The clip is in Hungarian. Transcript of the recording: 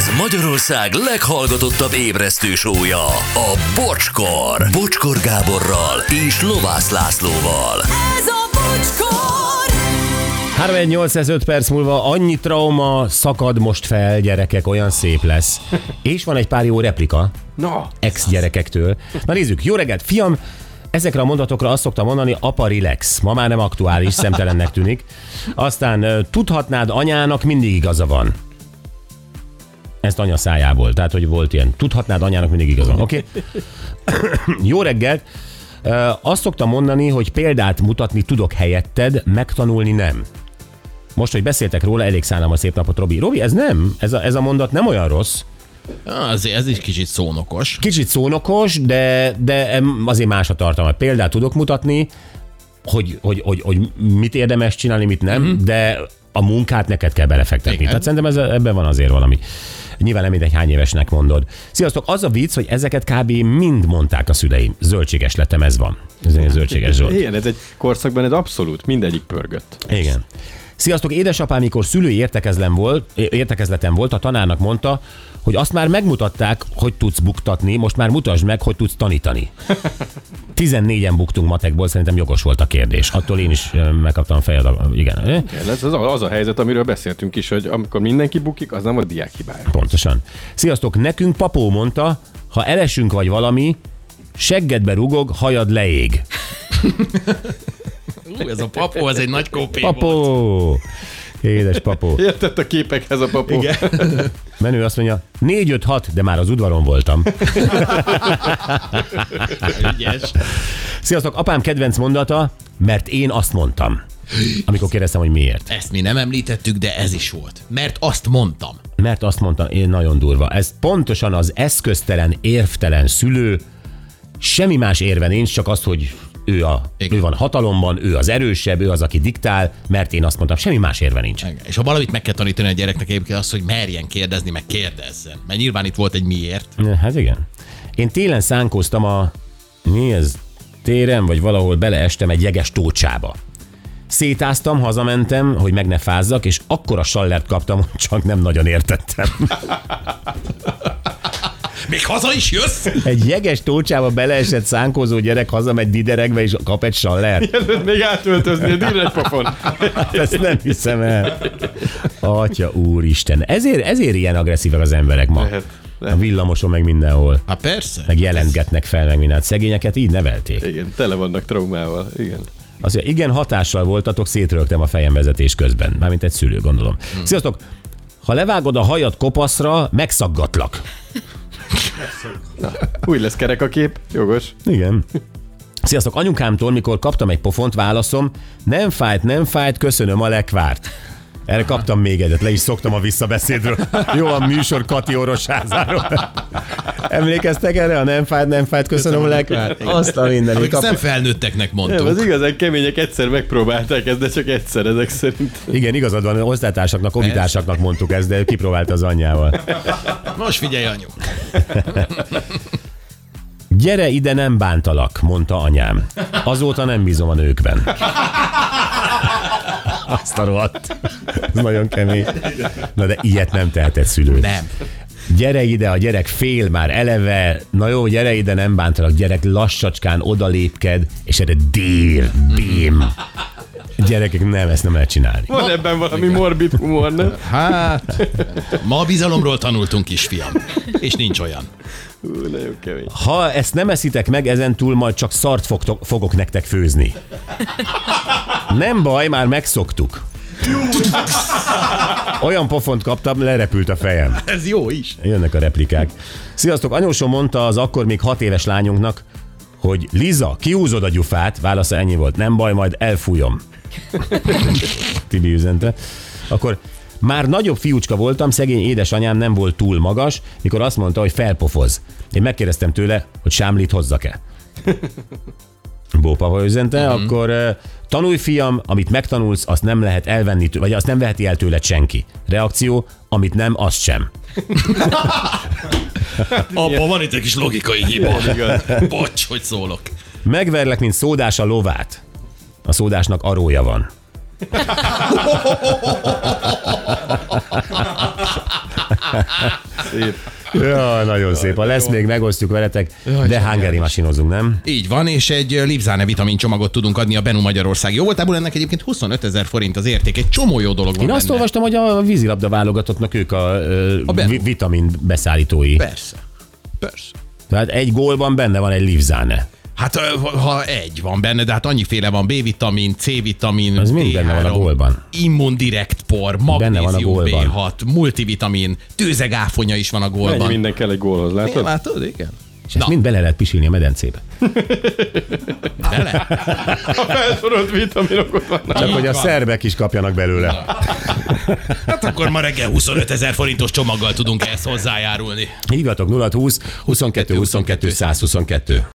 Ez Magyarország leghallgatottabb ébresztő show-ja, a Bocskor. Bocskor Gáborral és Lovász Lászlóval. Ez a Bocskor! 3-805 perc múlva annyi trauma szakad most fel, gyerekek, olyan szép lesz. És van egy pár jó replika ex-gyerekektől. Na nézzük, jó reggelt, fiam! Ezekre a mondatokra azt szoktam mondani, apa relax. Ma már nem aktuális, szemtelennek tűnik. Aztán tudhatnád, anyának mindig igaza van. Ezt anya szájából, tehát hogy volt ilyen. Tudhatnád, anyának mindig igaza van, oké? Jó reggelt! Azt szoktam mondani, hogy példát mutatni tudok helyetted, megtanulni nem. Most, hogy beszéltek róla, elég szánalmas szép napot, Robi. Robi, ez nem, ez a mondat nem olyan rossz. Ez is kicsit szónokos. Kicsit szónokos, de azért más a tartalma. Példát tudok mutatni, hogy mit érdemes csinálni, mit nem, de a munkát neked kell belefektetni. Igen. Tehát szerintem ebben van azért valami. Nyilván nem mindegy, hány évesnek mondod. Sziasztok, az a vicc, hogy ezeket kb. Mind mondták a szüleim. Zöldséges lettem, ez van. Ez egy zöldséges Zsolt. Igen, ez egy korszakban ez abszolút, mindegyik pörgött. Igen. Sziasztok, édesapám, mikor szülői értekezleten volt, a tanárnak mondta, hogy azt már megmutatták, hogy tudsz buktatni, most már mutasd meg, hogy tudsz tanítani. 14-en buktunk matekból, szerintem jogos volt a kérdés. Attól én is megkaptam fejadat. Igen. Ez az a helyzet, amiről beszéltünk is, hogy amikor mindenki bukik, az nem a diák hibája. Pontosan. Sziasztok, nekünk papó mondta, ha elesünk vagy valami, seggedbe rugog, hajad leég. Ez a papó, ez egy nagy kópé Papó! volt. Édes papó. Értett a képekhez a papó. Igen. Menő azt mondja, 4-5-6, de már az udvaron voltam. Ügyes. Sziasztok, apám kedvenc mondata, mert én azt mondtam. Amikor kérdeztem, hogy miért. Ezt mi nem említettük, de ez is volt. Mert azt mondtam. Mert azt mondtam, én nagyon durva. Ez pontosan az eszköztelen, érvtelen szülő, semmi más érve nincs, csak az, hogy ő van hatalomban, ő az erősebb, ő az, aki diktál, mert én azt mondtam, semmi más érve nincs. És ha valamit meg kell tanítani a gyereknek, egyébként az, hogy merjen kérdezni, meg kérdezzen. Mert nyilván itt volt egy miért. Hát igen. Én télen szánkóztam téren, vagy valahol beleestem egy jeges tócsába. Szétáztam, hazamentem, hogy meg ne fázzak, és akkora sallert kaptam, hogy csak nem nagyon értettem. Még haza is jössz? Egy jeges tócsába beleesett szánkózó gyerek hazamegy dideregve, és kap egy sallert. Mielőtt még átöltözni a direkt-pofon. Ezt nem hiszem el. Atya úristen. Ezért ilyen agresszívak az emberek ma. Lehet. A villamoson meg mindenhol. Hát persze. Meg jelentgetnek fel, meg mindent. Szegényeket így nevelték. Igen, tele vannak traumával. Igen. Azt mondja, igen, hatással voltatok, szétrögtem a fejem vezetés közben. Mármint egy szülő, gondolom. Sziasztok! Ha levágod a hajad kopaszra, megszaggatlak. Na, úgy lesz kerek a kép, jogos. Igen. Sziasztok, anyukámtól, mikor kaptam egy pofont, válaszom, nem fájt, köszönöm a lekvárt. Erre kaptam még egyet, le is szoktam a visszabeszédről. Jó a műsor Kati Orosházáról. Emlékeztek erre? A nem fájt, köszönöm a lekvárt. Azt a mindenit. Amik nem felnőtteknek mondtuk. Nem, az igazán kemények egyszer megpróbálták ezt, de csak egyszer ezek szerint. Igen, igazad van, osztálytársaknak, ovitársaknak mondtuk ezt, de kipróbálta az anyjával. Most figyelj, anyu. Gyere ide, nem bántalak, mondta anyám. Azóta nem bízom a nőkben. Azt a rohadt. Ez nagyon kemény. Na de ilyet nem tehetett szülő. Nem. Gyere ide, a gyerek fél már eleve. Na jó, gyere ide, nem bántalak. Gyerek lassacskán odalépked, és erre bém. Gyerekek, nem, ezt nem lehet csinálni. Van ebben valami morbid humor, nem? Hát, ma a bizalomról tanultunk, kisfiam. És nincs olyan. Nagyon kemény. Ha ezt nem eszitek meg, ezentúl majd csak szart fogok nektek főzni. Nem baj, már megszoktuk. Olyan pofont kaptam, lerepült a fejem. Ez jó is. Jönnek a replikák. Sziasztok, anyósom mondta az akkor még 6 éves lányunknak, hogy Liza, kiúzod a gyufát? Válasza ennyi volt. Nem baj, majd elfújom. Tibi üzente. Akkor már nagyobb fiúcska voltam, szegény édesanyám nem volt túl magas, mikor azt mondta, hogy felpofoz. Én megkérdeztem tőle, hogy sámlit hozzak-e. Bópapa üzente, akkor tanulj, fiam, amit megtanulsz, azt nem lehet elvenni, vagy azt nem veheti el tőled senki. Reakció, amit nem, azt sem. Apa, van itt egy kis logikai hiba. Bocs, hogy szólok. Megverlek, mint szódás a lovát. A szódásnak arója van. Szép. Ja, nagyon szép. Ha lesz még, megosztjuk veletek, de hungary masinozunk, nem? Így van, és egy Livzane vitamincsomagot tudunk adni a Benu Magyarország jó voltából, ennek egyébként 25 000 forint az érték, egy csomó jó dolog van Én benne. azt olvastam, hogy a vízilabda válogatottnak ők a vitamin beszállítói. Persze. Tehát egy gólban benne van egy Livzane. Hát ha egy van benne, de hát annyiféle van, B-vitamin, C-vitamin, Az mind benne van a gólban. Immundirekt por, Benne van a magnézium gólban. B6, multivitamin, tőzegáfonya is van a Mennyi gólban. minden kell egy gólhoz, látod? Látod, igen. És ezt mind bele lehet pisilni a medencébe. Bele? A felsorolt vitaminok ott vannak. Csak Így hogy a van. szerbek is kapjanak belőle. Hát akkor ma reggel 25 000 forintos csomaggal tudunk ehhez hozzájárulni. Hívjatok 0-20 22 22 122.